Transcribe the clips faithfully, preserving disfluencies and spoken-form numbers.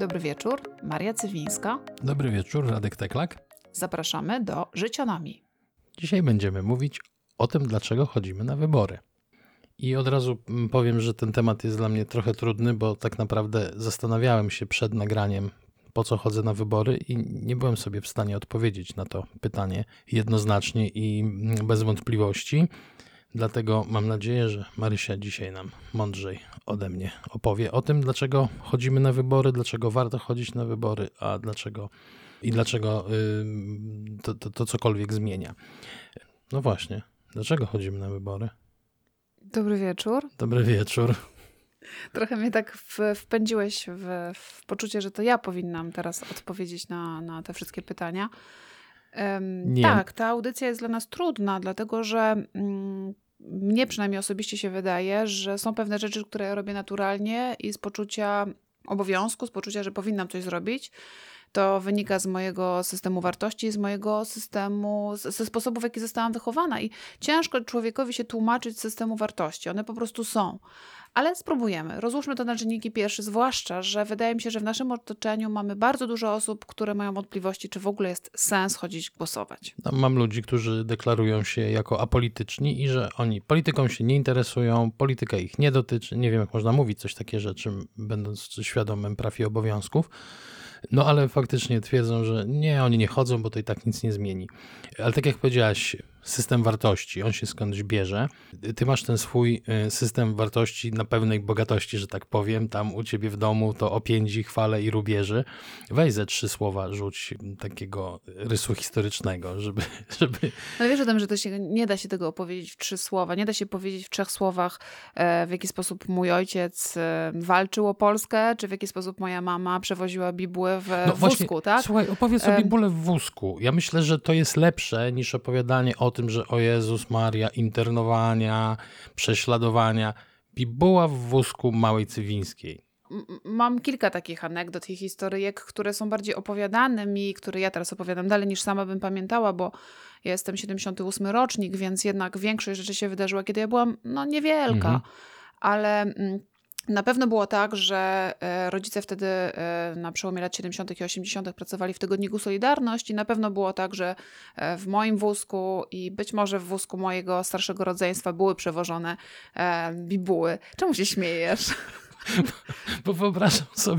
Dobry wieczór, Maria Cywińska. Dobry wieczór, Radek Teklak. Zapraszamy do Życionami. Dzisiaj będziemy mówić o tym, dlaczego chodzimy na wybory. I od razu powiem, że ten temat jest dla mnie trochę trudny, bo tak naprawdę zastanawiałem się przed nagraniem, po co chodzę na wybory i nie byłem sobie w stanie odpowiedzieć na to pytanie jednoznacznie i bez wątpliwości. Dlatego mam nadzieję, że Marysia dzisiaj nam mądrzej ode mnie opowie o tym, dlaczego chodzimy na wybory, dlaczego warto chodzić na wybory, a dlaczego i dlaczego yy, to, to, to cokolwiek zmienia. No właśnie, dlaczego chodzimy na wybory? Dobry wieczór. Dobry wieczór. Trochę mnie tak w, wpędziłeś w, w poczucie, że to ja powinnam teraz odpowiedzieć na, na te wszystkie pytania. Um, tak, ta audycja jest dla nas trudna, dlatego że mm, mnie przynajmniej osobiście się wydaje, że są pewne rzeczy, które ja robię naturalnie i z poczucia obowiązku, z poczucia, że powinnam coś zrobić. To wynika z mojego systemu wartości, z mojego systemu, ze sposobu, w jaki zostałam wychowana. I ciężko człowiekowi się tłumaczyć z systemu wartości. One po prostu są. Ale spróbujemy. Rozłóżmy to na czynniki pierwsze, zwłaszcza, że wydaje mi się, że w naszym otoczeniu mamy bardzo dużo osób, które mają wątpliwości, czy w ogóle jest sens chodzić głosować. Mam ludzi, którzy deklarują się jako apolityczni i że oni polityką się nie interesują, polityka ich nie dotyczy. Nie wiem, jak można mówić coś takie rzeczy, będąc świadomym praw i obowiązków. No ale faktycznie twierdzą, że nie, oni nie chodzą, bo to i tak nic nie zmieni. Ale tak jak powiedziałaś, system wartości, on się skądś bierze. Ty masz ten swój system wartości na pewnej bogatości, że tak powiem. Tam u ciebie w domu to opiędzi, chwale i rubieży. Weź ze trzy słowa, rzuć takiego rysu historycznego, żeby... żeby... No wiesz o tym, że to się, nie da się tego opowiedzieć w trzy słowa. Nie da się powiedzieć w trzech słowach, w jaki sposób mój ojciec walczył o Polskę, czy w jaki sposób moja mama przewoziła bibułę w no wózku, właśnie, tak? Słuchaj, opowiedz o bibule w wózku. Ja myślę, że to jest lepsze niż opowiadanie o tym, że o Jezus Maria, internowania, prześladowania. Bibuła w wózku Małej Cywińskiej. Mam kilka takich anegdot i historyjek, które są bardziej opowiadane mi, które ja teraz opowiadam dalej niż sama bym pamiętała, bo ja jestem siedemdziesiąty ósmy rocznik, więc jednak większość rzeczy się wydarzyła, kiedy ja byłam no niewielka. Mhm. Ale na pewno było tak, że rodzice wtedy na przełomie lat siedemdziesiątych i osiemdziesiątych pracowali w tygodniku Solidarność i na pewno było tak, że w moim wózku i być może w wózku mojego starszego rodzeństwa były przewożone bibuły. Czemu się śmiejesz? Bo wyobrażam sobie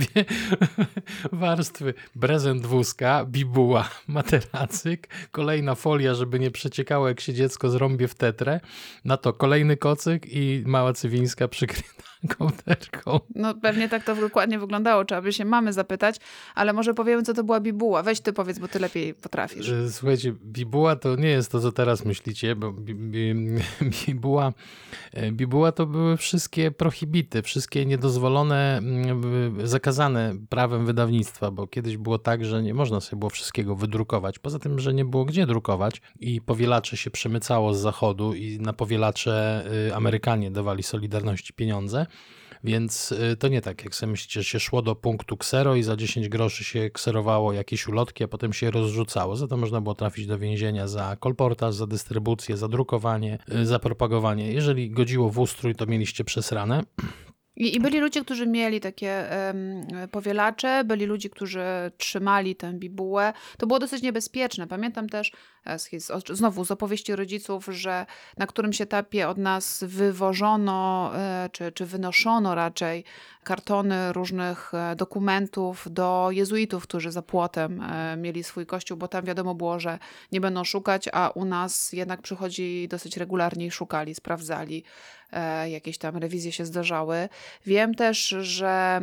warstwy. Prezent wózka, bibuła, materacyk, kolejna folia, żeby nie przeciekało, jak się dziecko zrąbie w tetrę. Na to kolejny kocyk i Mała Cywińska przykryta kołderką. No pewnie tak to dokładnie wyglądało. Trzeba by się mamy zapytać, ale może powiemy, co to była bibuła. Weź ty powiedz, bo ty lepiej potrafisz. Słuchajcie, bibuła to nie jest to, co teraz myślicie, bo bi, bi, bibuła, bibuła to były wszystkie prohibity, wszystkie niedozwolone, zakazane prawem wydawnictwa, bo kiedyś było tak, że nie można sobie było wszystkiego wydrukować. Poza tym, że nie było gdzie drukować i powielacze się przemycało z zachodu i na powielacze Amerykanie dawali Solidarności pieniądze. Więc to nie tak, jak sobie myślicie, że się szło do punktu ksero i za dziesięć groszy się kserowało jakieś ulotki, a potem się je rozrzucało. Za to można było trafić do więzienia za kolportaż, za dystrybucję, za drukowanie, za propagowanie. Jeżeli godziło w ustrój, to mieliście przesrane. I, I byli ludzie, którzy mieli takie um, powielacze, byli ludzie, którzy trzymali tę bibułę. To było dosyć niebezpieczne. Pamiętam też z, znowu z opowieści rodziców, że na którymś etapie od nas wywożono, czy, czy wynoszono raczej kartony różnych dokumentów do jezuitów, którzy za płotem mieli swój kościół, bo tam wiadomo było, że nie będą szukać, a u nas jednak przychodzi dosyć regularnie i szukali, sprawdzali. Jakieś tam rewizje się zdarzały. Wiem też, że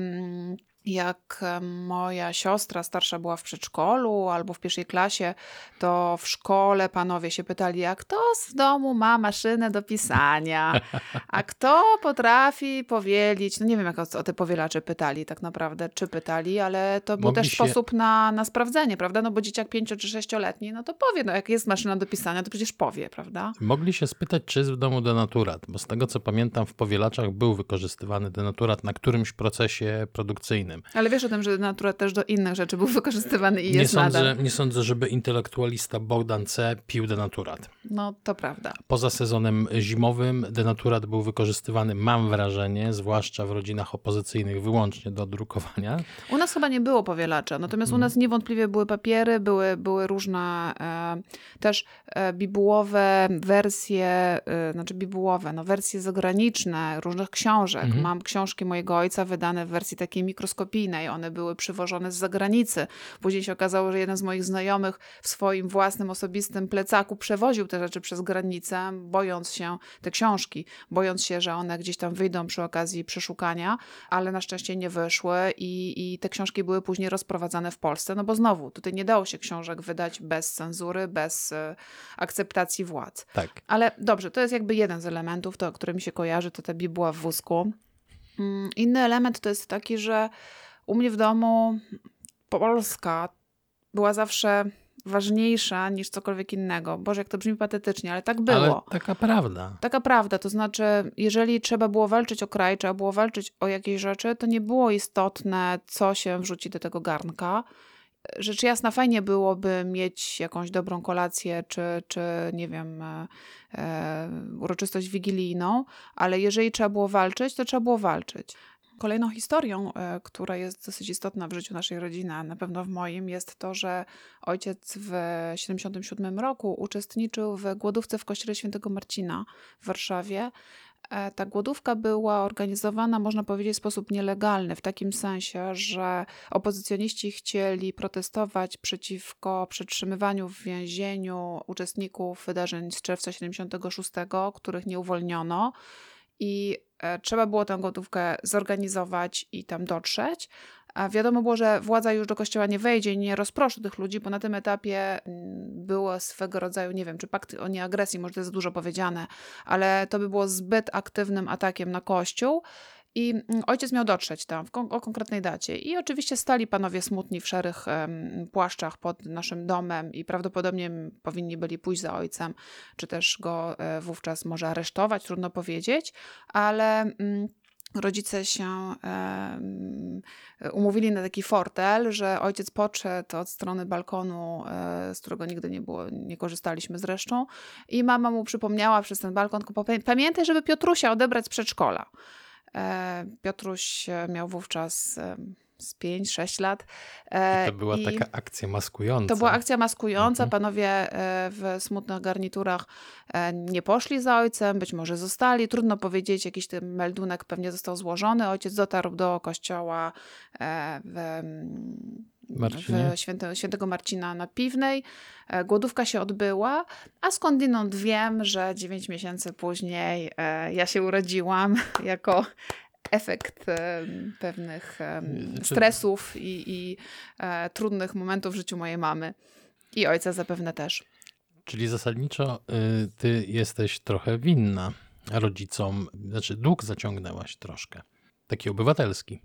jak moja siostra starsza była w przedszkolu albo w pierwszej klasie, to w szkole panowie się pytali, a kto w domu ma maszynę do pisania, a kto potrafi powielić. No nie wiem, jak o, o te powielacze pytali tak naprawdę, czy pytali, ale to był Mogli też się... sposób na, na sprawdzenie, prawda? No bo dzieciak pięcio czy sześcioletni, no to powie, no jak jest maszyna do pisania, to przecież powie, prawda? Mogli się spytać, czy jest w domu denaturat, bo z tego, co pamiętam, w powielaczach był wykorzystywany denaturat na którymś procesie produkcyjnym. innym. Ale wiesz o tym, że denaturat też do innych rzeczy był wykorzystywany i Nie jest sądzę, nadal. nie sądzę, żeby intelektualista Bogdan C. pił denaturat. No, to prawda. Poza sezonem zimowym denaturat był wykorzystywany, mam wrażenie, zwłaszcza w rodzinach opozycyjnych, wyłącznie do drukowania. U nas chyba nie było powielacza, natomiast u nas niewątpliwie były papiery, były, były różne e, też e, bibułowe wersje, e, znaczy bibułowe, no wersje zagraniczne różnych książek. Mhm. Mam książki mojego ojca wydane w wersji takiej mikroskopijnej. One były przywożone z zagranicy. Później się okazało, że jeden z moich znajomych w swoim własnym, osobistym plecaku przewoził te rzeczy przez granicę, bojąc się, te książki, bojąc się, że one gdzieś tam wyjdą przy okazji przeszukania, ale na szczęście nie wyszły i, i te książki były później rozprowadzane w Polsce, no bo znowu, tutaj nie dało się książek wydać bez cenzury, bez e, akceptacji władz. Tak. Ale dobrze, to jest jakby jeden z elementów, to, który mi się kojarzy, to ta bibuła w wózku. Mm, Inny element to jest taki, że u mnie w domu Polska była zawsze ważniejsza niż cokolwiek innego. Boże, jak to brzmi patetycznie, ale tak było. Ale taka prawda. Taka prawda, to znaczy, jeżeli trzeba było walczyć o kraj, trzeba było walczyć o jakieś rzeczy, to nie było istotne, co się wrzuci do tego garnka. Rzecz jasna, fajnie byłoby mieć jakąś dobrą kolację, czy, czy nie wiem, e, e, uroczystość wigilijną, ale jeżeli trzeba było walczyć, to trzeba było walczyć. Kolejną historią, e, która jest dosyć istotna w życiu naszej rodziny, a na pewno w moim, jest to, że ojciec w siedemdziesiątym siódmym roku uczestniczył w głodówce w kościele świętego Marcina w Warszawie. E, Ta głodówka była organizowana, można powiedzieć, w sposób nielegalny, w takim sensie, że opozycjoniści chcieli protestować przeciwko przetrzymywaniu w więzieniu uczestników wydarzeń z czerwca siedemdziesiątego szóstego, których nie uwolniono. I e, trzeba było tę głodówkę zorganizować i tam dotrzeć. A wiadomo było, że władza już do kościoła nie wejdzie i nie rozproszy tych ludzi, bo na tym etapie mm, było swego rodzaju, nie wiem, czy pakt o nieagresji, może to jest dużo powiedziane, ale to by było zbyt aktywnym atakiem na kościół. I mm, ojciec miał dotrzeć tam w kon- o konkretnej dacie. I oczywiście stali panowie smutni w szarych em, płaszczach pod naszym domem i prawdopodobnie m, powinni byli pójść za ojcem, czy też go e, wówczas może aresztować, trudno powiedzieć, ale mm, rodzice się em, umówili na taki fortel, że ojciec podszedł od strony balkonu, e, z którego nigdy nie było, nie korzystaliśmy zresztą, i mama mu przypomniała przez ten balkon: "Pamię- pamiętaj, żeby Piotrusia odebrać z przedszkola". E, Piotruś e, miał wówczas e, z pięć sześć lat. E, I to była i taka akcja maskująca. To była akcja maskująca. Mhm. Panowie e, w smutnych garniturach e, nie poszli za ojcem, być może zostali. Trudno powiedzieć, jakiś ten meldunek pewnie został złożony. Ojciec dotarł do kościoła e, w mm, Marcinie. w święte, świętego Marcina na Piwnej. E, Głodówka się odbyła, a skądinąd wiem, że dziewięć miesięcy później e, ja się urodziłam jako efekt e, pewnych e, Czy- stresów i, i e, trudnych momentów w życiu mojej mamy. I ojca zapewne też. Czyli zasadniczo y, ty jesteś trochę winna rodzicom, znaczy dług zaciągnęłaś troszkę. Taki obywatelski.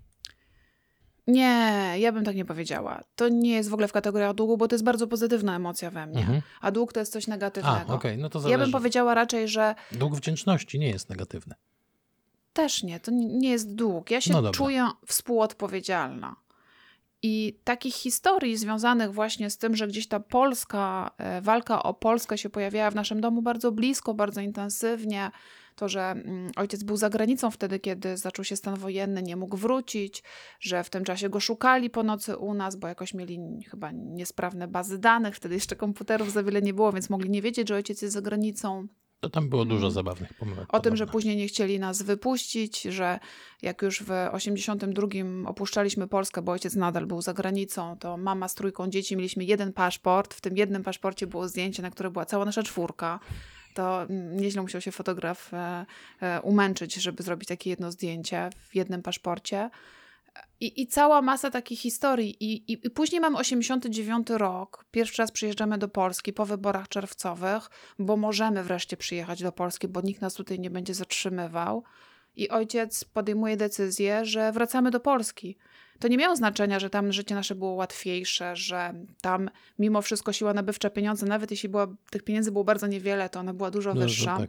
Nie, ja bym tak nie powiedziała. To nie jest w ogóle w kategoriach długu, bo to jest bardzo pozytywna emocja we mnie. Mhm. A dług to jest coś A, negatywnego. okej, no to Ja zależy. bym powiedziała raczej, że Dług wdzięczności nie jest negatywny. też nie, to nie jest dług. Ja się No dobra. czuję współodpowiedzialna. I takich historii związanych właśnie z tym, że gdzieś ta Polska, e, walka o Polskę się pojawiała w naszym domu bardzo blisko, bardzo intensywnie. To, że mm, ojciec był za granicą wtedy, kiedy zaczął się stan wojenny, nie mógł wrócić, że w tym czasie go szukali po nocy u nas, bo jakoś mieli chyba niesprawne bazy danych, wtedy jeszcze komputerów za wiele nie było, więc mogli nie wiedzieć, że ojciec jest za granicą. To tam było dużo zabawnych pomyłek. O tym, że podobno. później nie chcieli nas wypuścić, że jak już w osiemdziesiątym drugim opuszczaliśmy Polskę, bo ojciec nadal był za granicą, to mama z trójką dzieci mieliśmy jeden paszport. W tym jednym paszporcie było zdjęcie, na które była cała nasza czwórka. To mm, nieźle musiał się fotograf e, e, umęczyć, żeby zrobić takie jedno zdjęcie w jednym paszporcie. I, I cała masa takich historii. I, i, I później mamy osiemdziesiąty dziewiąty rok. Pierwszy raz przyjeżdżamy do Polski po wyborach czerwcowych, bo możemy wreszcie przyjechać do Polski, bo nikt nas tutaj nie będzie zatrzymywał. I ojciec podejmuje decyzję, że wracamy do Polski. To nie miało znaczenia, że tam życie nasze było łatwiejsze, że tam mimo wszystko siła nabywcza pieniądza, nawet jeśli była, tych pieniędzy było bardzo niewiele, to ona była dużo No, że wyższa. tak.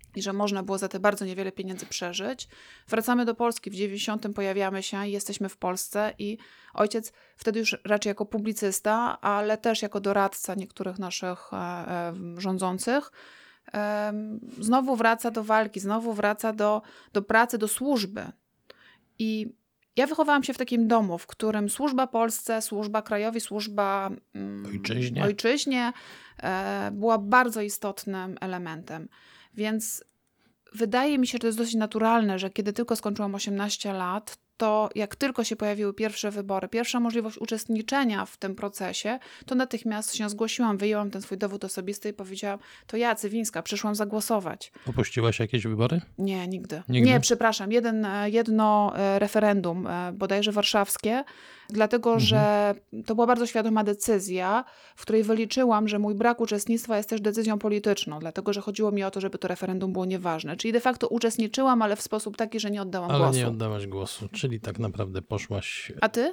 i że można było za te bardzo niewiele pieniędzy przeżyć. Wracamy do Polski, w dziewięćdziesiątym pojawiamy się, jesteśmy w Polsce i ojciec wtedy już raczej jako publicysta, ale też jako doradca niektórych naszych e, e, rządzących, e, znowu wraca do walki, znowu wraca do, do pracy, do służby. I ja wychowałam się w takim domu, w którym służba Polsce, służba krajowi, służba mm, Ojczyźnie. ojczyźnie e, była bardzo istotnym elementem. Więc wydaje mi się, że to jest dosyć naturalne, że kiedy tylko skończyłam osiemnaście lat, to jak tylko się pojawiły pierwsze wybory, pierwsza możliwość uczestniczenia w tym procesie, to natychmiast się zgłosiłam, wyjęłam ten swój dowód osobisty i powiedziałam, to ja, Cywińska, przyszłam zagłosować. Opuściłaś jakieś wybory? Nie, nigdy. Nigdy? Nie, przepraszam, jeden, jedno e, referendum, e, bodajże warszawskie, dlatego, Mhm. że to była bardzo świadoma decyzja, w której wyliczyłam, że mój brak uczestnictwa jest też decyzją polityczną, dlatego, że chodziło mi o to, żeby to referendum było nieważne. Czyli de facto uczestniczyłam, ale w sposób taki, że nie oddałam Ale głosu. nie oddałaś głosu, czyli tak naprawdę poszłaś... A ty?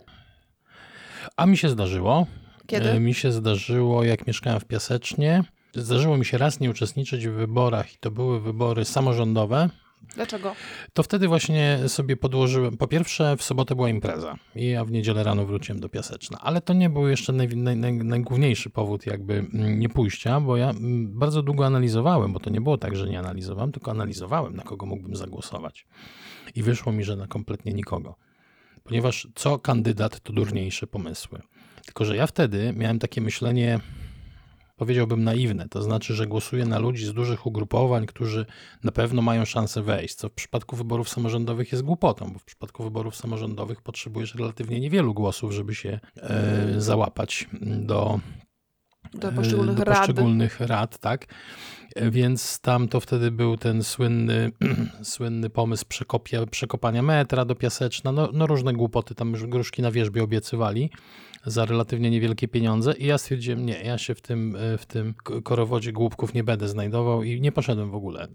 A mi się zdarzyło. Kiedy? E, Mi się zdarzyło, jak mieszkałem w Piasecznie. Zdarzyło mi się raz nie uczestniczyć w wyborach i to były wybory samorządowe. Dlaczego? To wtedy właśnie sobie podłożyłem. Po pierwsze, w sobotę była impreza i ja w niedzielę rano wróciłem do Piaseczna. Ale to nie był jeszcze naj, naj, naj, najgłówniejszy powód jakby mm, nie pójścia, bo ja mm, bardzo długo analizowałem, bo to nie było tak, że nie analizowałem, tylko analizowałem, na kogo mógłbym zagłosować. I wyszło mi, że na kompletnie nikogo. Ponieważ co kandydat, to durniejsze pomysły. Tylko że ja wtedy miałem takie myślenie, powiedziałbym naiwne, to znaczy, że głosuję na ludzi z dużych ugrupowań, którzy na pewno mają szansę wejść, co w przypadku wyborów samorządowych jest głupotą, bo w przypadku wyborów samorządowych potrzebujesz relatywnie niewielu głosów, żeby się e, załapać do, Do poszczególnych do rad. poszczególnych rad, tak? E, Więc tam to wtedy był ten słynny, słynny pomysł przekopia, przekopania metra do Piaseczna, no, no różne głupoty, tam już gruszki na wierzbie obiecywali za relatywnie niewielkie pieniądze i ja stwierdziłem, nie, ja się w tym, w tym korowodzie głupków nie będę znajdował i nie poszedłem w ogóle.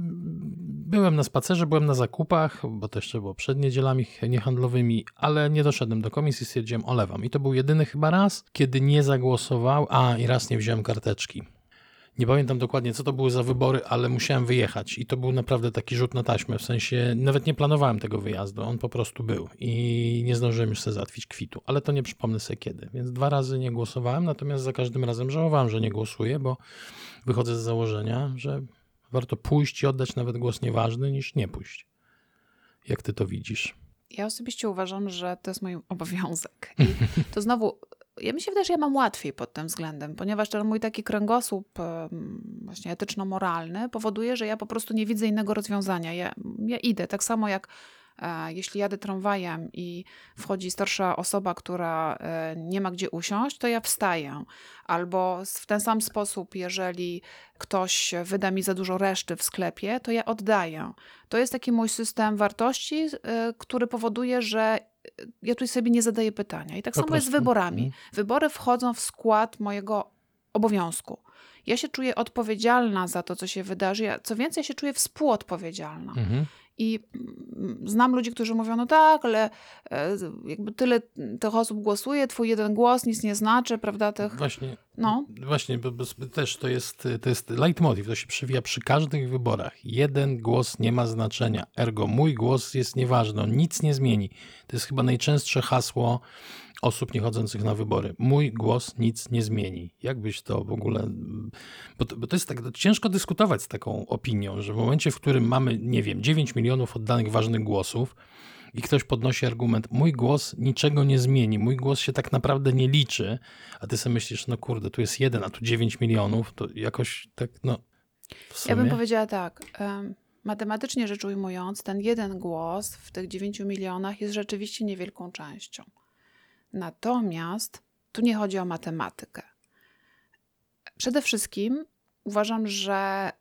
Byłem na spacerze, byłem na zakupach, bo to jeszcze było przed niedzielami niehandlowymi, ale nie doszedłem do komisji, stwierdziłem, olewam. I to był jedyny chyba raz, kiedy nie zagłosował, a i raz nie wziąłem karteczki. Nie pamiętam dokładnie, co to były za wybory, ale musiałem wyjechać i to był naprawdę taki rzut na taśmę, w sensie nawet nie planowałem tego wyjazdu, on po prostu był i nie zdążyłem już sobie załatwić kwitu, ale to nie przypomnę sobie kiedy, więc dwa razy nie głosowałem, natomiast za każdym razem żałowałem, że nie głosuję, bo wychodzę z założenia, że warto pójść i oddać nawet głos nieważny, niż nie pójść. Jak ty to widzisz? Ja osobiście uważam, że to jest mój obowiązek. I to znowu, ja mi się wydaje, że ja mam łatwiej pod tym względem, ponieważ ten mój taki kręgosłup em, właśnie etyczno-moralny powoduje, że ja po prostu nie widzę innego rozwiązania. Ja, ja idę, tak samo jak e, jeśli jadę tramwajem i wchodzi starsza osoba, która e, nie ma gdzie usiąść, to ja wstaję. Albo w ten sam sposób, jeżeli ktoś wyda mi za dużo reszty w sklepie, to ja oddaję. To jest taki mój system wartości, e, który powoduje, że ja tu sobie nie zadaję pytania. I tak Po samo jest z prostu. wyborami. Mhm. Wybory wchodzą w skład mojego obowiązku. Ja się czuję odpowiedzialna za to, co się wydarzy. Ja, co więcej, ja się czuję współodpowiedzialna. Mhm. I mm, znam ludzi, którzy mówią, no tak, ale e, jakby tyle tych osób głosuje, twój jeden głos nic nie znaczy, prawda? Tych, Właśnie, no. właśnie bo, bo też to jest, to jest leitmotiv, to się przewija przy każdych wyborach. Jeden głos nie ma znaczenia, ergo mój głos jest nieważny, on nic nie zmieni. To jest chyba najczęstsze hasło osób niechodzących na wybory. Mój głos nic nie zmieni. Jakbyś to w ogóle... Bo to, bo to jest tak ciężko dyskutować z taką opinią, że w momencie, w którym mamy, nie wiem, dziewięć milionów oddanych ważnych głosów i ktoś podnosi argument, mój głos niczego nie zmieni, mój głos się tak naprawdę nie liczy, a ty sobie myślisz, no kurde, tu jest jeden, a tu dziewięć milionów, to jakoś tak, no w sumie... Ja bym powiedziała tak, em, matematycznie rzecz ujmując, ten jeden głos w tych dziewięciu milionach jest rzeczywiście niewielką częścią. Natomiast tu nie chodzi o matematykę. Przede wszystkim uważam, że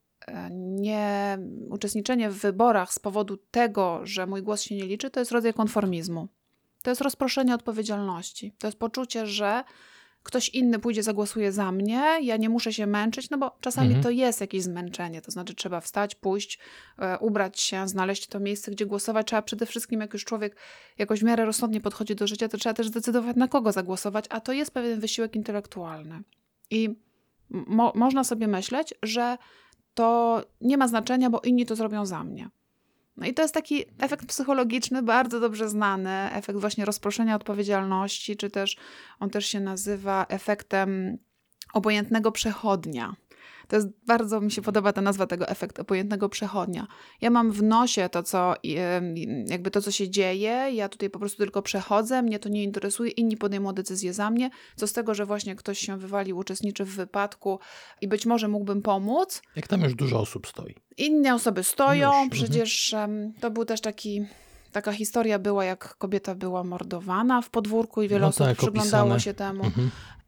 nie uczestniczenie w wyborach z powodu tego, że mój głos się nie liczy, to jest rodzaj konformizmu. To jest rozproszenie odpowiedzialności. To jest poczucie, że ktoś inny pójdzie, zagłosuje za mnie, ja nie muszę się męczyć, no bo czasami Mhm. to jest jakieś zmęczenie, to znaczy trzeba wstać, pójść, e, ubrać się, znaleźć to miejsce, gdzie głosować. Trzeba przede wszystkim, jak już człowiek jakoś w miarę rozsądnie podchodzi do życia, to trzeba też zdecydować, na kogo zagłosować, a to jest pewien wysiłek intelektualny. I mo- można sobie myśleć, że to nie ma znaczenia, bo inni to zrobią za mnie. No i to jest taki efekt psychologiczny, bardzo dobrze znany, efekt właśnie rozproszenia odpowiedzialności, czy też on też się nazywa efektem obojętnego przechodnia. To jest, bardzo mi się podoba ta nazwa tego efektu obojętnego przechodnia. Ja mam w nosie to, co jakby to, co się dzieje, ja tutaj po prostu tylko przechodzę, mnie to nie interesuje, inni podejmą decyzję za mnie. Co z tego, że właśnie ktoś się wywalił, uczestniczy w wypadku i być może mógłbym pomóc. Jak tam już dużo osób stoi. Inne osoby stoją, Już, przecież um, to był też taki... Taka historia była, jak kobieta była mordowana w podwórku i wiele No osób tak, przyglądało opisane. się temu. Mhm.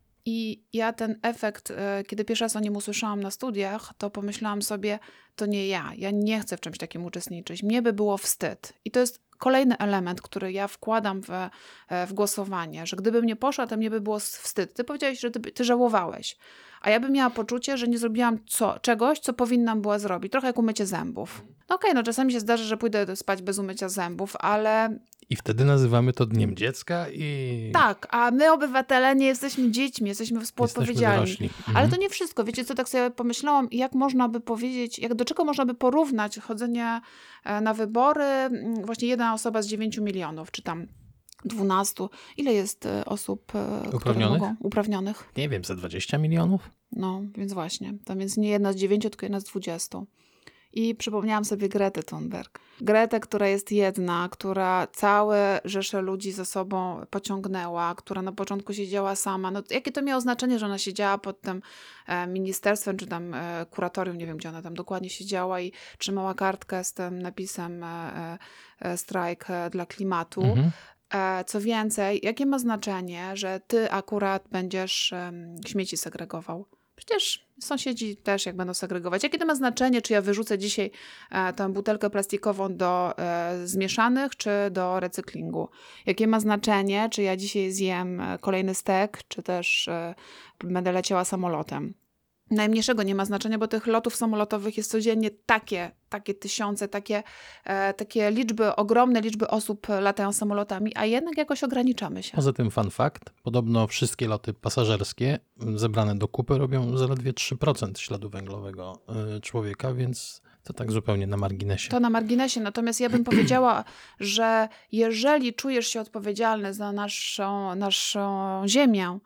I ja ten efekt, kiedy pierwszy raz o nim usłyszałam na studiach, to pomyślałam sobie, to nie ja, ja nie chcę w czymś takim uczestniczyć, mnie by było wstyd. I to jest kolejny element, który ja wkładam w, w głosowanie, że gdybym nie poszła, to mnie by było wstyd. Ty powiedziałeś, że ty, ty żałowałeś, a ja bym miała poczucie, że nie zrobiłam co, czegoś, co powinnam była zrobić. Trochę jak umycie zębów. No okej, okay, no czasami się zdarzy, że pójdę spać bez umycia zębów, ale... I wtedy nazywamy to Dniem Dziecka i... Tak, a my obywatele nie jesteśmy dziećmi, jesteśmy współodpowiedzialni. Jesteśmy dorośli. Mhm. Ale to nie wszystko. Wiecie co, tak sobie pomyślałam, jak można by powiedzieć, jak do czego można by porównać chodzenie na wybory, właśnie jedna osoba z dziewięciu milionów, czy tam dwunastu. Ile jest osób uprawnionych? Mogą, uprawnionych? Nie wiem, za dwadzieścia milionów? No, więc właśnie. To więc nie jedna z dziewięciu, tylko jedna z dwudziestu. I przypomniałam sobie Gretę Thunberg. Gretę, która jest jedna, która całe rzesze ludzi ze sobą pociągnęła, która na początku siedziała sama. No, jakie to miało znaczenie, że ona siedziała pod tym e, ministerstwem, czy tam e, kuratorium, nie wiem, gdzie ona tam dokładnie siedziała i trzymała kartkę z tym napisem e, e, strajk dla klimatu. Mhm. E, co więcej, jakie ma znaczenie, że ty akurat będziesz e, śmieci segregował? Przecież sąsiedzi też jak będą segregować. Jakie to ma znaczenie, czy ja wyrzucę dzisiaj e, tę butelkę plastikową do e, zmieszanych, czy do recyklingu? Jakie ma znaczenie, czy ja dzisiaj zjem kolejny stek, czy też e, będę leciała samolotem? Najmniejszego nie ma znaczenia, bo tych lotów samolotowych jest codziennie takie, takie tysiące, takie, e, takie liczby, ogromne liczby osób latają samolotami, a jednak jakoś ograniczamy się. Poza tym fun fact, podobno wszystkie loty pasażerskie zebrane do kupy robią zaledwie trzy procent śladu węglowego y, człowieka, więc to tak zupełnie na marginesie. To na marginesie, natomiast ja bym powiedziała, że jeżeli czujesz się odpowiedzialny za naszą, naszą ziemię,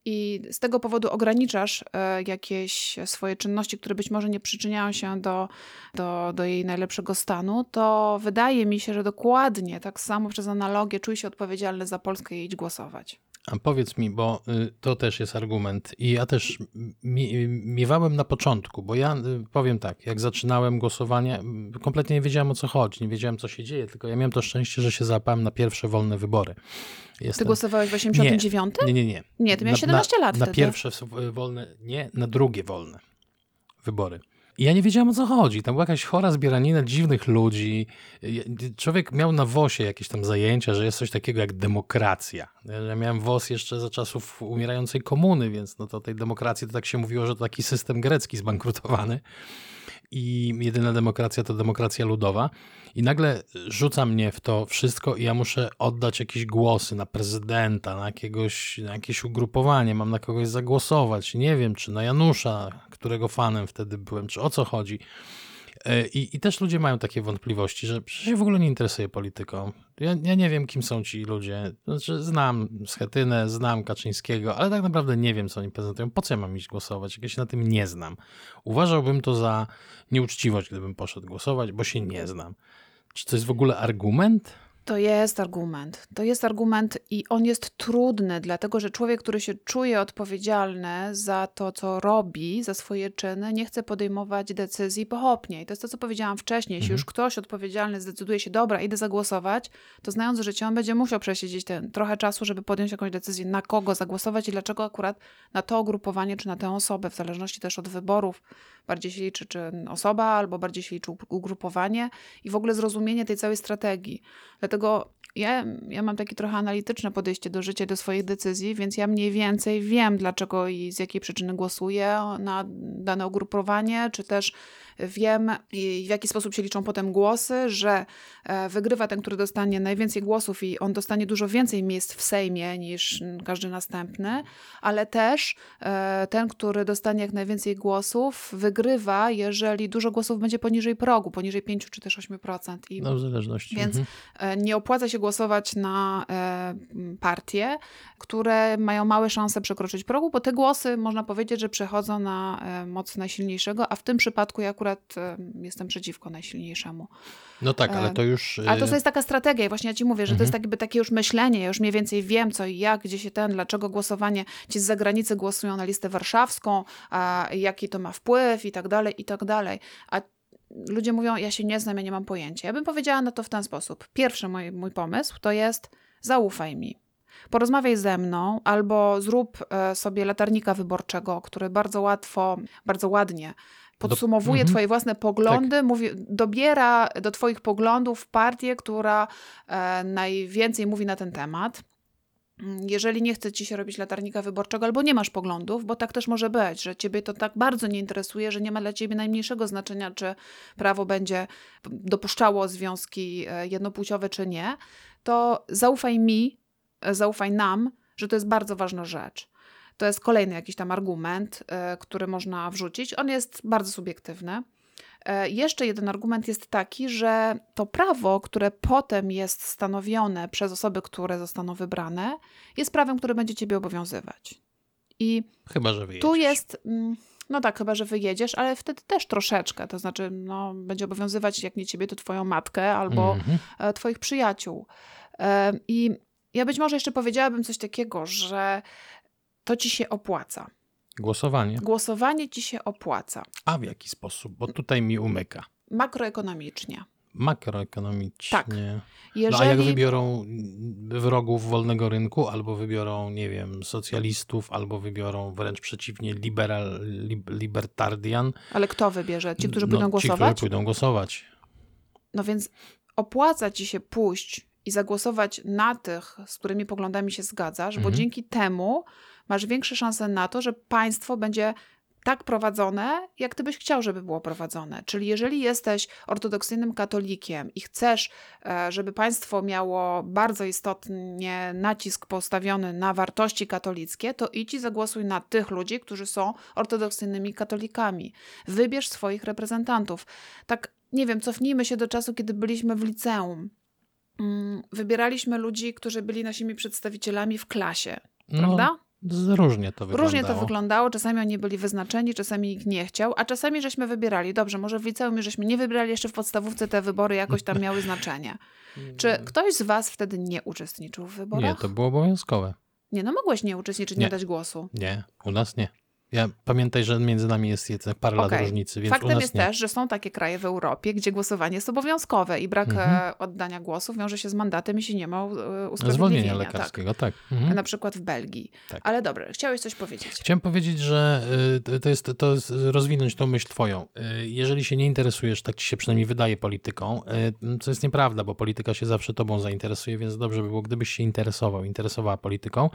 i z tego powodu ograniczasz e, jakieś swoje czynności, które być może nie przyczyniają się do, do, do jej najlepszego stanu, to wydaje mi się, że dokładnie tak samo przez analogię czuj się odpowiedzialny za Polskę i idź głosować. A powiedz mi, bo y, to też jest argument i ja też mi, miewałem na początku, bo ja y, powiem tak, jak zaczynałem głosowanie, y, kompletnie nie wiedziałem o co chodzi, nie wiedziałem co się dzieje, tylko ja miałem to szczęście, że się załapałem na pierwsze wolne wybory. Jestem... Ty głosowałeś w osiemdziesiątym dziewiątym? Nie, nie, nie. Nie, ty miałeś na, siedemnaście na, lat Na wtedy. pierwsze wolne, nie, na drugie wolne wybory. I ja nie wiedziałem o co chodzi. Tam była jakaś chora zbieranina dziwnych ludzi. Człowiek miał na wosie jakieś tam zajęcia, że jest coś takiego jak demokracja. Ja miałem wos jeszcze za czasów umierającej komuny, więc no to tej demokracji to tak się mówiło, że to taki system grecki zbankrutowany. I jedyna demokracja to demokracja ludowa. I nagle rzuca mnie w to wszystko i ja muszę oddać jakieś głosy na prezydenta, na, jakiegoś, na jakieś ugrupowanie, mam na kogoś zagłosować. Nie wiem, czy na Janusza, którego fanem wtedy byłem, czy o co chodzi. I, i też ludzie mają takie wątpliwości, że przecież się w ogóle nie interesuje polityką. Ja, ja nie wiem, kim są ci ludzie. Znaczy, znam Schetynę, znam Kaczyńskiego, ale tak naprawdę nie wiem, co oni prezentują. Po co ja mam iść głosować, jak ja się na tym nie znam? Uważałbym to za nieuczciwość, gdybym poszedł głosować, bo się nie znam. Czy to jest w ogóle argument? To jest argument. To jest argument i on jest trudny, dlatego że człowiek, który się czuje odpowiedzialny za to, co robi, za swoje czyny, nie chce podejmować decyzji pochopnie. I to jest to, co powiedziałam wcześniej. Jeśli Mhm. już ktoś odpowiedzialny zdecyduje się, dobra, idę zagłosować, to znając życie, on będzie musiał przesiedzieć ten trochę czasu, żeby podjąć jakąś decyzję, na kogo zagłosować i dlaczego akurat na to ugrupowanie, czy na tę osobę, w zależności też od wyborów. Bardziej się liczy, czy osoba, albo bardziej się liczy ugrupowanie i w ogóle zrozumienie tej całej strategii. Dlatego ja, ja mam takie trochę analityczne podejście do życia, do swoich decyzji, więc ja mniej więcej wiem, dlaczego i z jakiej przyczyny głosuję na dane ugrupowanie, czy też wiem i w jaki sposób się liczą potem głosy, że e, wygrywa ten, który dostanie najwięcej głosów i on dostanie dużo więcej miejsc w Sejmie niż każdy następny, ale też e, ten, który dostanie jak najwięcej głosów, wygrywa, jeżeli dużo głosów będzie poniżej progu, poniżej pięć czy też osiem procent. I No w zależności. Więc Mhm. e, nie opłaca się głosować na e, partie, które mają małe szanse przekroczyć progu, bo te głosy, można powiedzieć, że przechodzą na e, moc najsilniejszego, a w tym przypadku ja akurat e, jestem przeciwko najsilniejszemu. No tak, ale E, to już... Ale to y, jest taka strategia i właśnie ja ci mówię, że to jest Mhm. jakby takie już myślenie, ja już mniej więcej wiem co i jak, gdzie się ten, dlaczego głosowanie, ci z zagranicy głosują na listę warszawską, a jaki to ma wpływ i tak dalej, i tak dalej. A ludzie mówią, ja się nie znam, ja nie mam pojęcia. Ja bym powiedziała na to w ten sposób. Pierwszy mój, mój pomysł to jest zaufaj mi. Porozmawiaj ze mną albo zrób e, sobie latarnika wyborczego, który bardzo łatwo, bardzo ładnie podsumowuje mhm. twoje własne poglądy, mówi, dobiera do twoich poglądów partię, która e, najwięcej mówi na ten temat. Jeżeli nie chce ci się robić latarnika wyborczego albo nie masz poglądów, bo tak też może być, że ciebie to tak bardzo nie interesuje, że nie ma dla ciebie najmniejszego znaczenia, czy prawo będzie dopuszczało związki e, jednopłciowe, czy nie, to zaufaj mi, e, zaufaj nam, że to jest bardzo ważna rzecz. To jest kolejny jakiś tam argument, e, który można wrzucić. On jest bardzo subiektywny. E, Jeszcze jeden argument jest taki, że to prawo, które potem jest stanowione przez osoby, które zostaną wybrane, jest prawem, które będzie ciebie obowiązywać. I Chyba, że wyjedziesz. tu jest, mm, no tak, chyba, że wyjedziesz, ale wtedy też troszeczkę, to znaczy no, będzie obowiązywać jak nie ciebie, to twoją matkę albo Mhm. e, twoich przyjaciół. E, I ja być może jeszcze powiedziałabym coś takiego, że to ci się opłaca. Głosowanie. Głosowanie ci się opłaca. A w jaki sposób? Bo tutaj mi umyka. Makroekonomicznie. Makroekonomicznie. Tak. No a Jeżeli... jak wybiorą wrogów wolnego rynku, albo wybiorą, nie wiem, socjalistów, albo wybiorą wręcz przeciwnie, liberal, lib, libertarian. Ale kto wybierze? Ci, którzy No, pójdą Ci, głosować? którzy pójdą głosować. No więc opłaca ci się pójść i zagłosować na tych, z którymi poglądami się zgadzasz, bo Mhm. dzięki temu masz większe szanse na to, że państwo będzie tak prowadzone, jak ty byś chciał, żeby było prowadzone. Czyli jeżeli jesteś ortodoksyjnym katolikiem i chcesz, e, żeby państwo miało bardzo istotnie nacisk postawiony na wartości katolickie, to idź i zagłosuj na tych ludzi, którzy są ortodoksyjnymi katolikami. Wybierz swoich reprezentantów. Tak, nie wiem, cofnijmy się do czasu, kiedy byliśmy w liceum. Mm, Wybieraliśmy ludzi, którzy byli naszymi przedstawicielami w klasie, No, prawda? z- różnie to wyglądało. Różnie to wyglądało, czasami oni byli wyznaczeni, czasami nikt nie chciał, a czasami żeśmy wybierali. Dobrze, może w liceum już żeśmy nie wybrali, jeszcze w podstawówce te wybory jakoś tam miały znaczenie. Czy ktoś z was wtedy nie uczestniczył w wyborach? Nie, to było obowiązkowe. Nie, no mogłeś nie uczestniczyć, nie, Nie. dać głosu. Nie, u nas nie. Ja pamiętaj, że między nami jest jednak parę lat Okej. różnicy, więc u Faktem nas jest nie. też, że są takie kraje w Europie, gdzie głosowanie jest obowiązkowe i brak Mhm. e, oddania głosu wiąże się z mandatem, jeśli nie ma e, Zwolnienia usprawiedliwienia. Tak. lekarskiego, tak. Mhm. Na przykład w Belgii. Tak. Ale dobra, chciałeś coś powiedzieć. Chciałem powiedzieć, że y, to- to jest, to jest rozwinąć tą myśl twoją. Y, Jeżeli się nie interesujesz, tak ci się przynajmniej wydaje, polityką, y, co jest nieprawda, bo polityka się zawsze tobą zainteresuje, więc dobrze by było, gdybyś się interesował, interesowała polityką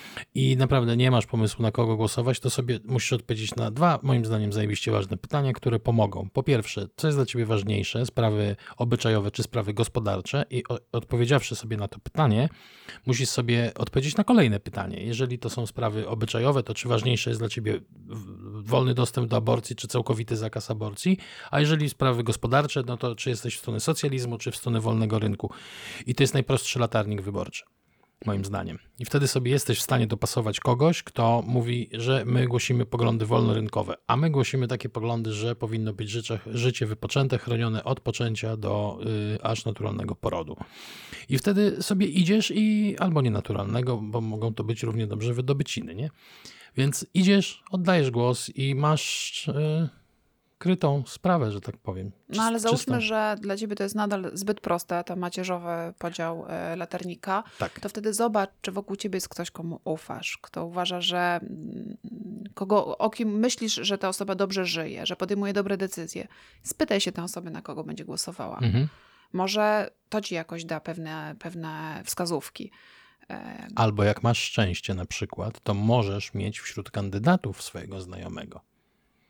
i naprawdę nie masz pomysłu, na kogo głosować, to sobie musisz odpowiedzieć na dwa, moim zdaniem, zajebiście ważne pytania, które pomogą. Po pierwsze, co jest dla ciebie ważniejsze, sprawy obyczajowe czy sprawy gospodarcze? I o, odpowiedziawszy sobie na to pytanie, musisz sobie odpowiedzieć na kolejne pytanie. Jeżeli to są sprawy obyczajowe, to czy ważniejsze jest dla ciebie w- wolny dostęp do aborcji, czy całkowity zakaz aborcji? A jeżeli sprawy gospodarcze, no to czy jesteś w stronę socjalizmu, czy w stronę wolnego rynku? I to jest najprostszy latarnik wyborczy, moim zdaniem. I wtedy sobie jesteś w stanie dopasować kogoś, kto mówi, że my głosimy poglądy wolnorynkowe, a my głosimy takie poglądy, że powinno być życie, życie wypoczęte, chronione od poczęcia do y, aż naturalnego porodu. I wtedy sobie idziesz i albo nienaturalnego, bo mogą to być równie dobrze wydobyciny, nie? Więc idziesz, oddajesz głos i masz y, krytą sprawę, że tak powiem. No ale Czyst- załóżmy, czystą. że dla ciebie to jest nadal zbyt proste, to macierzowy podział e, latarnika, Tak. to wtedy zobacz, czy wokół ciebie jest ktoś, komu ufasz, kto uważa, że mm, kogo, o kim myślisz, że ta osoba dobrze żyje, że podejmuje dobre decyzje. Spytaj się tę osobę, na kogo będzie głosowała. Mhm. Może to ci jakoś da pewne, pewne wskazówki. E, Albo jak masz szczęście na przykład, to możesz mieć wśród kandydatów swojego znajomego.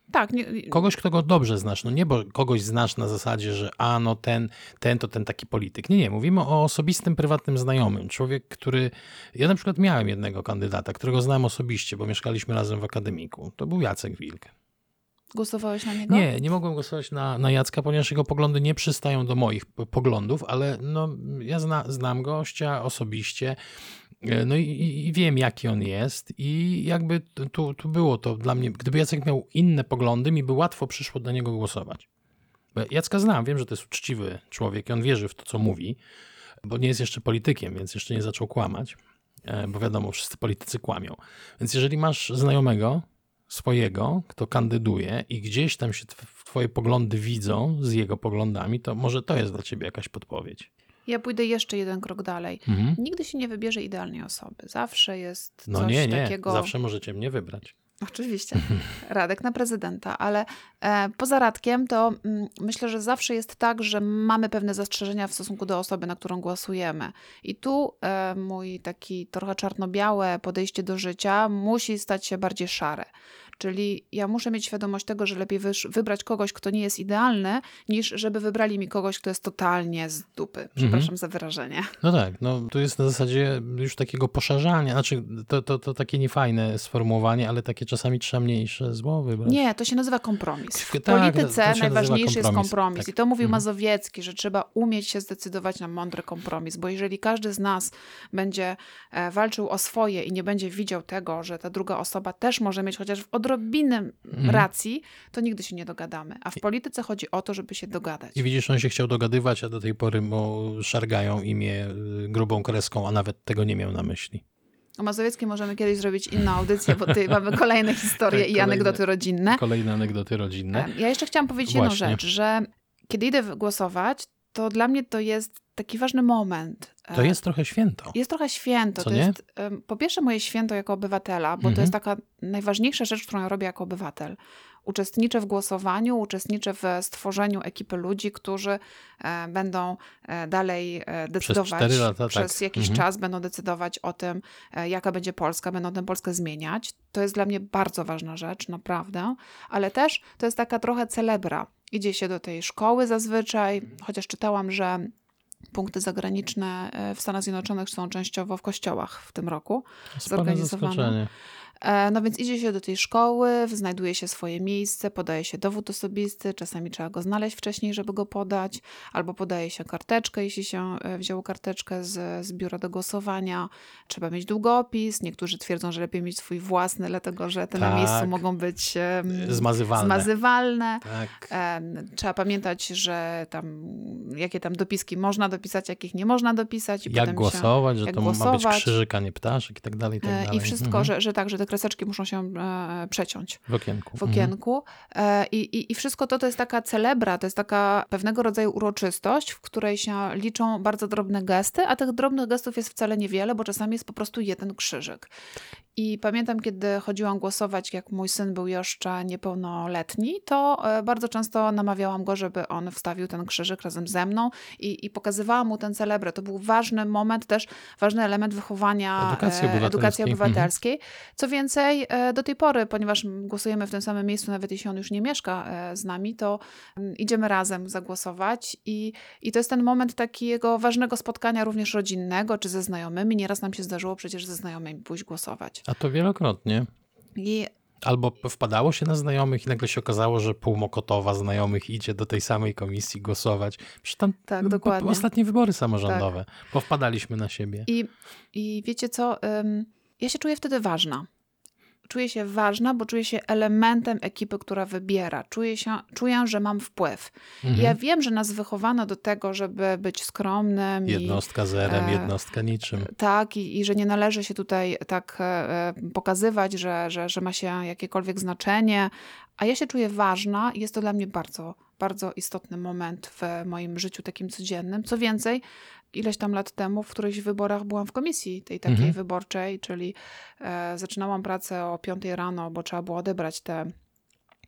Tak. Nie, Kogoś, kto go dobrze znasz. No nie, bo kogoś znasz na zasadzie, że a no ten, ten to ten taki polityk. Nie, nie. Mówimy o osobistym, prywatnym znajomym. Człowiek, który... Ja na przykład miałem jednego kandydata, którego znałem osobiście, bo mieszkaliśmy razem w akademiku. To był Jacek Wilk. Głosowałeś na niego? Nie, nie mogłem głosować na, na Jacka, ponieważ jego poglądy nie przystają do moich p- poglądów, ale no, ja zna, znam gościa osobiście, e, no i, i, i wiem, jaki on jest i jakby tu, tu było to dla mnie, gdyby Jacek miał inne poglądy, mi by łatwo przyszło do niego głosować. Bo Jacka znam, wiem, że to jest uczciwy człowiek i on wierzy w to, co mówi, bo nie jest jeszcze politykiem, więc jeszcze nie zaczął kłamać, e, bo wiadomo, wszyscy politycy kłamią. Więc jeżeli masz znajomego, swojego, kto kandyduje i gdzieś tam się tw- twoje poglądy widzą z jego poglądami, to może to jest dla ciebie jakaś podpowiedź. Ja pójdę jeszcze jeden krok dalej. Mhm. Nigdy się nie wybierze idealnej osoby. Zawsze jest No coś nie, nie, takiego... zawsze możecie mnie wybrać. Oczywiście, Radek na prezydenta, ale e, poza Radkiem to mm, myślę, że zawsze jest tak, że mamy pewne zastrzeżenia w stosunku do osoby, na którą głosujemy. I tu e, mój taki trochę czarno-białe podejście do życia musi stać się bardziej szare. Czyli ja muszę mieć świadomość tego, że lepiej wysz- wybrać kogoś, kto nie jest idealny, niż żeby wybrali mi kogoś, kto jest totalnie z dupy. Przepraszam Mhm. za wyrażenie. No tak, no tu jest na zasadzie już takiego poszerzania, znaczy to, to, to takie niefajne sformułowanie, ale takie czasami trzeba mniejsze zło wybrać. Nie, to się nazywa kompromis. W Tak, to polityce się nazywa najważniejszy jest kompromis, kompromis. tak. I to mówił Mhm. Mazowiecki, że trzeba umieć się zdecydować na mądry kompromis, bo jeżeli każdy z nas będzie e, walczył o swoje i nie będzie widział tego, że ta druga osoba też może mieć chociaż w odrobinę Mhm. racji, to nigdy się nie dogadamy. A w polityce chodzi o to, żeby się dogadać. I widzisz, on się chciał dogadywać, a do tej pory mu szargają imię y, grubą kreską, a nawet tego nie miał na myśli. O Mazowieckim możemy kiedyś zrobić inną audycję, bo tutaj mamy kolejne historie Tak, i kolejne- anegdoty rodzinne. Kolejne anegdoty rodzinne. Ja jeszcze chciałam powiedzieć jedną Właśnie. rzecz, że kiedy idę głosować, to dla mnie to jest taki ważny moment. To jest trochę święto. Jest trochę święto. Co To nie? jest em, po pierwsze moje święto jako obywatela, bo to Mhm. jest taka najważniejsza rzecz, którą ja robię jako obywatel. Uczestniczę w głosowaniu, uczestniczę w stworzeniu ekipy ludzi, którzy e, będą e, dalej e, decydować cztery lata, przez tak. jakiś Mhm. czas, będą decydować o tym, e, jaka będzie Polska, będą tę Polskę zmieniać. To jest dla mnie bardzo ważna rzecz, naprawdę, ale też to jest taka trochę celebra. Idzie się do tej szkoły zazwyczaj, chociaż czytałam, że punkty zagraniczne e, w Stanach Zjednoczonych są częściowo w kościołach w tym roku. Spore zorganizowane. zaskoczenie. E, No więc idzie się do tej szkoły, znajduje się swoje miejsce, podaje się dowód osobisty, czasami trzeba go znaleźć wcześniej, żeby go podać, albo podaje się karteczkę, jeśli się e, wzięło karteczkę z, z biura do głosowania. Trzeba mieć długopis, niektórzy twierdzą, że lepiej mieć swój własny, dlatego że te na Tak. miejscu mogą być em, Zmazywalne. zmazywalne. Tak. Em, Trzeba pamiętać, że tam jakie tam dopiski można dopisać, jakich nie można dopisać. I Jak potem głosować, że jak to ma być głosować. krzyżyk, a nie ptaszek i tak dalej, i tak się, dalej. I wszystko, Mhm. że, że tak, że te kreseczki muszą się e, przeciąć W okienku. w Mhm. okienku. E, i, i, I wszystko to to jest taka celebra, to jest taka pewnego rodzaju uroczystość, w której się liczą bardzo drobne gesty, a tych drobnych gestów jest wcale niewiele, bo czasami jest po prostu jeden krzyżyk. I pamiętam, kiedy chodziłam głosować, jak mój syn był jeszcze niepełnoletni, to e, bardzo często namawiałam go, żeby on wstawił ten krzyżyk razem ze mną i, i pokazywałam mu ten celebrę. To był ważny moment, też ważny element wychowania Edukacji e, obywatelskiej. edukacji Mhm. obywatelskiej. Co więcej, e, do tej pory, ponieważ głosujemy w tym samym miejscu, nawet jeśli on już nie mieszka e, z nami, to mm, idziemy razem zagłosować i, i to jest ten moment takiego ważnego spotkania również rodzinnego, czy ze znajomymi. Nieraz nam się zdarzyło przecież ze znajomymi pójść głosować. A to wielokrotnie. I Albo wpadało się na znajomych i nagle się okazało, że pół Mokotowa znajomych idzie do tej samej komisji głosować. Przecież tam Tak, b- dokładnie. Tak. ostatnie wybory samorządowe. Powpadaliśmy na siebie. I, I wiecie co? Ym, ja się czuję wtedy ważna. Czuję się ważna, bo czuję się elementem ekipy, która wybiera. Czuję, się, czuję, że mam wpływ. Mhm. I ja wiem, że nas wychowano do tego, żeby być skromnym. Jednostka zerem, e, jednostka niczym. I, tak, i, i że nie należy się tutaj tak e, pokazywać, że, że, że ma się jakiekolwiek znaczenie. A ja się czuję ważna i jest to dla mnie bardzo, bardzo istotny moment w moim życiu takim codziennym. Co więcej, ileś tam lat temu w którychś wyborach byłam w komisji tej takiej Mhm. wyborczej, czyli e, zaczynałam pracę o piątej rano, bo trzeba było odebrać te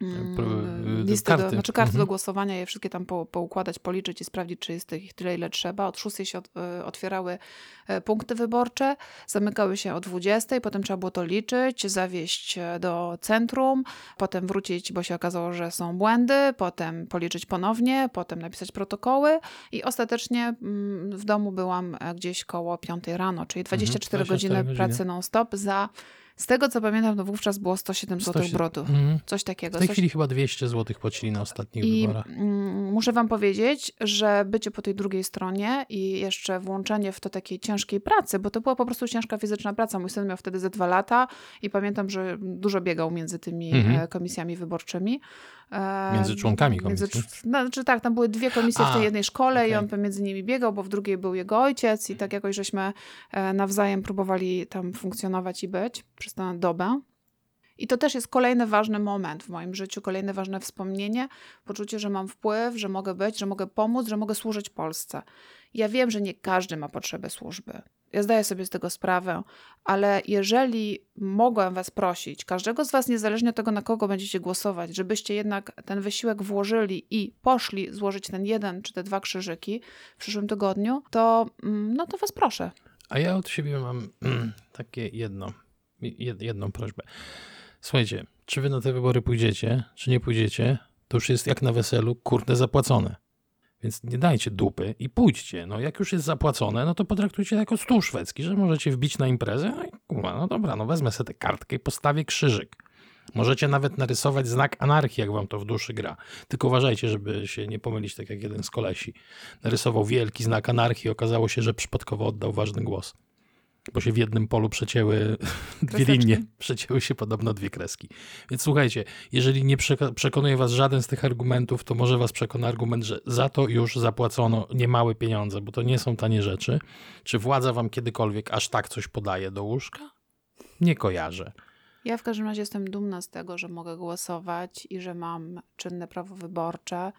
mm, listy, karty. do, znaczy karty Mhm. do głosowania, je wszystkie tam po, poukładać, policzyć i sprawdzić, czy jest ich tyle, ile trzeba. Od szóstej się od, y, otwierały y, punkty wyborcze, zamykały się o dwudziestej, potem trzeba było to liczyć, zawieźć y, do centrum, potem wrócić, bo się okazało, że są błędy, potem policzyć ponownie, potem napisać protokoły i ostatecznie mm, w domu byłam e, gdzieś koło piątej rano, czyli dwadzieścia cztery dwadzieścia cztery godziny godziny. pracy non-stop za, z tego co pamiętam, to wówczas było sto siedem złotych sto brodu. Mhm. Coś takiego. W tej Coś... chwili chyba dwieście złotych płacili na ostatnich I wyborach. mm, muszę wam powiedzieć, że bycie po tej drugiej stronie i jeszcze włączenie w to takiej ciężkiej pracy, bo to była po prostu ciężka fizyczna praca. Mój syn miał wtedy ze dwa lata i pamiętam, że dużo biegał między tymi Mhm. e, komisjami wyborczymi. E, Między członkami między- komisji? no, znaczy tak, tam były dwie komisje w A, tej jednej szkole i okej. on pomiędzy nimi biegał, bo w drugiej był jego ojciec i tak jakoś żeśmy e, nawzajem próbowali tam funkcjonować i być przez tę dobę. I to też jest kolejny ważny moment w moim życiu, kolejne ważne wspomnienie, poczucie, że mam wpływ, że mogę być, że mogę pomóc, że mogę służyć Polsce. Ja wiem, że nie każdy ma potrzebę służby. Ja zdaję sobie z tego sprawę, ale jeżeli mogłem was prosić, każdego z was, niezależnie od tego, na kogo będziecie głosować, żebyście jednak ten wysiłek włożyli i poszli złożyć ten jeden czy te dwa krzyżyki w przyszłym tygodniu, to mm, no to was proszę. A ja od siebie mam takie jedno, jed, jedną prośbę. Słuchajcie, czy wy na te wybory pójdziecie, czy nie pójdziecie, to już jest jak na weselu, kurde, zapłacone. Więc nie dajcie dupy i pójdźcie. No jak już jest zapłacone, no to potraktujcie to jako stół szwedzki, że możecie wbić na imprezę, no i kurwa, no dobra, no wezmę sobie tę kartkę i postawię krzyżyk. Możecie nawet narysować znak anarchii, jak wam to w duszy gra. Tylko uważajcie, żeby się nie pomylić, tak jak jeden z kolesi. Narysował wielki znak anarchii, okazało się, że przypadkowo oddał ważny głos. Bo się w jednym polu przecięły dwie Kreseczki. linie, przecięły się podobno dwie kreski. Więc słuchajcie, jeżeli nie przeka- przekonuje was żaden z tych argumentów, to może was przekona argument, że za to już zapłacono niemałe pieniądze, bo to nie są tanie rzeczy. Czy władza wam kiedykolwiek aż tak coś podaje do łóżka? Nie kojarzę. Ja w każdym razie jestem dumna z tego, że mogę głosować i że mam czynne prawo wyborcze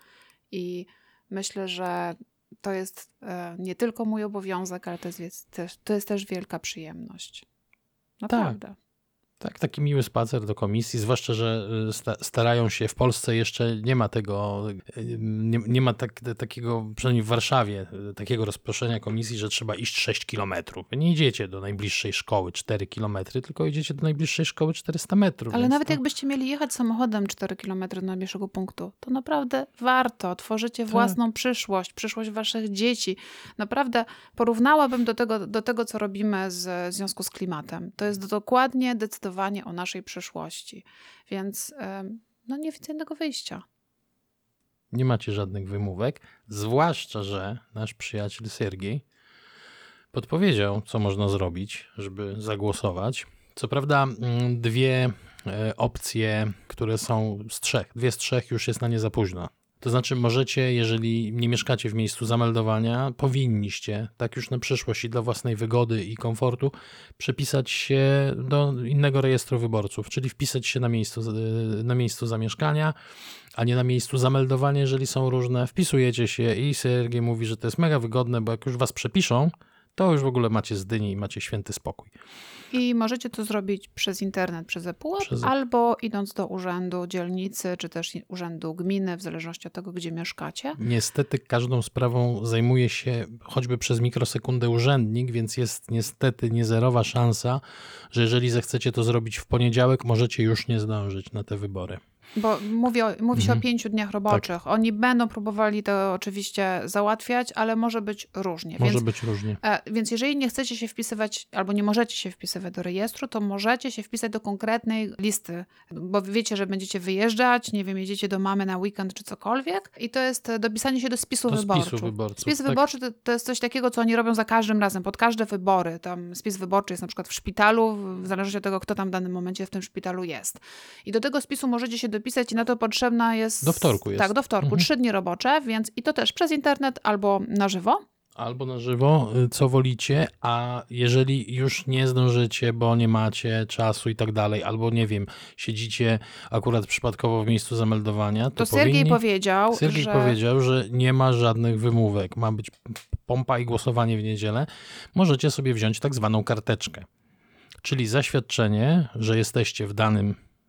i myślę, że to jest e, nie tylko mój obowiązek, ale to jest, wiec- też, to jest też wielka przyjemność. Naprawdę. Tak, taki miły spacer do komisji, zwłaszcza, że y, sta- starają się, w Polsce jeszcze nie ma tego, y, nie, nie ma tak, takiego, przynajmniej w Warszawie, y, takiego rozproszenia komisji, że trzeba iść sześć kilometrów. Wy nie idziecie do najbliższej szkoły cztery kilometry, tylko idziecie do najbliższej szkoły czterysta metrów. Ale więc nawet to- jakbyście mieli jechać samochodem cztery kilometry do najbliższego punktu, to naprawdę warto. Tworzycie własną przyszłość, przyszłość waszych dzieci. Naprawdę porównałabym do tego, do tego, co robimy z w związku z klimatem. To jest dokładnie decydowanie o naszej przyszłości. Więc em, no nie widzę innego wyjścia. Nie macie żadnych wymówek, zwłaszcza, że nasz przyjaciel Sergiej podpowiedział, co można zrobić, żeby zagłosować. Co prawda mm, dwie e, opcje, które są z trzech, dwie z trzech już jest na nie za późno. To znaczy możecie, jeżeli nie mieszkacie w miejscu zameldowania, powinniście, tak już na przyszłość i dla własnej wygody i komfortu, przepisać się do innego rejestru wyborców, czyli wpisać się na miejscu, na miejscu zamieszkania, a nie na miejscu zameldowania, jeżeli są różne. Wpisujecie się i Sergiej mówi, że to jest mega wygodne, bo jak już was przepiszą, to już w ogóle macie z dyni i macie święty spokój. I możecie to zrobić przez internet, przez ePUAP, Przez- albo idąc do urzędu dzielnicy, czy też urzędu gminy, w zależności od tego, gdzie mieszkacie. Niestety każdą sprawą zajmuje się choćby przez mikrosekundę urzędnik, więc jest niestety niezerowa szansa, że jeżeli zechcecie to zrobić w poniedziałek, możecie już nie zdążyć na te wybory. Bo mówi, o, mówi się Mhm. o pięciu dniach roboczych. Oni będą próbowali to oczywiście załatwiać, ale może być różnie. Może Więc, być różnie. e, więc jeżeli nie chcecie się wpisywać, albo nie możecie się wpisywać do rejestru, to możecie się wpisać do konkretnej listy, bo wiecie, że będziecie wyjeżdżać, nie wiem, jedziecie do mamy na weekend czy cokolwiek i to jest e, dopisanie się do spisu Do wyborczych. spisu wyborców. Spis tak. wyborczy to, to jest coś takiego, co oni robią za każdym razem, pod każde wybory. Tam spis wyborczy jest na przykład w szpitalu, w zależności od tego, kto tam w danym momencie w tym szpitalu jest. I do tego spisu możecie się dopisać i na to potrzebna jest... Do wtorku jest. Tak, do wtorku. Mhm. Trzy dni robocze, więc i to też przez internet albo na żywo. Albo na żywo, y, co wolicie, a jeżeli już nie zdążycie, bo nie macie czasu i tak dalej, albo nie wiem, siedzicie akurat przypadkowo w miejscu zameldowania, to, To Sergiej powinni... powiedział, Sergiej że... powiedział, że nie ma żadnych wymówek. Ma być pompa i głosowanie w niedzielę. Możecie sobie wziąć tak zwaną karteczkę, czyli zaświadczenie, że jesteście w danym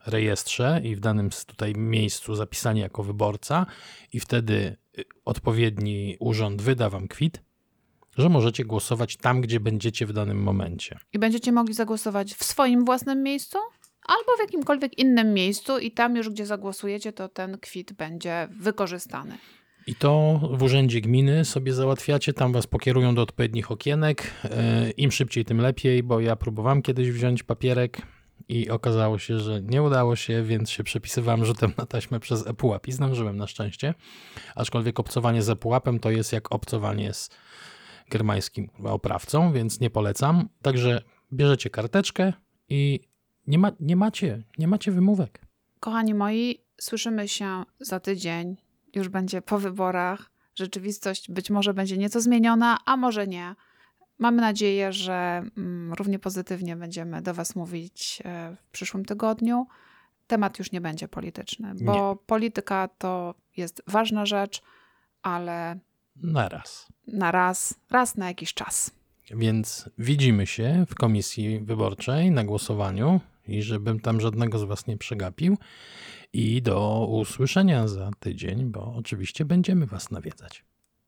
rejestrze i w danym tutaj miejscu zapisani jako wyborca i wtedy odpowiedni urząd wyda wam kwit, że możecie głosować tam, gdzie będziecie w danym momencie. I będziecie mogli zagłosować w swoim własnym miejscu albo w jakimkolwiek innym miejscu i tam już, gdzie zagłosujecie, to ten kwit będzie wykorzystany. I to w urzędzie gminy sobie załatwiacie, tam was pokierują do odpowiednich okienek. Im szybciej, tym lepiej, bo ja próbowałem kiedyś wziąć papierek i okazało się, że nie udało się, więc się przepisywałem rzutem na taśmę przez ePUAP i zdążyłem na szczęście. Aczkolwiek obcowanie z ePUAPem to jest jak obcowanie z germańskim oprawcą, więc nie polecam. Także bierzecie karteczkę i nie, ma, nie, macie, nie macie wymówek. Kochani moi, słyszymy się za tydzień. Już będzie po wyborach. Rzeczywistość być może będzie nieco zmieniona, a może nie. Mamy nadzieję, że mm, równie pozytywnie będziemy do was mówić e, w przyszłym tygodniu. Temat już nie będzie polityczny, bo Nie. polityka to jest ważna rzecz, ale Na raz. na raz, raz na jakiś czas. Więc widzimy się w komisji wyborczej na głosowaniu i żebym tam żadnego z was nie przegapił. I do usłyszenia za tydzień, bo oczywiście będziemy was nawiedzać.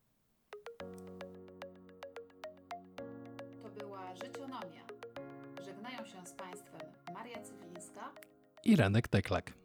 To była Życionomia. Żegnają się z państwem Maria Cywińska I Renek Teklak.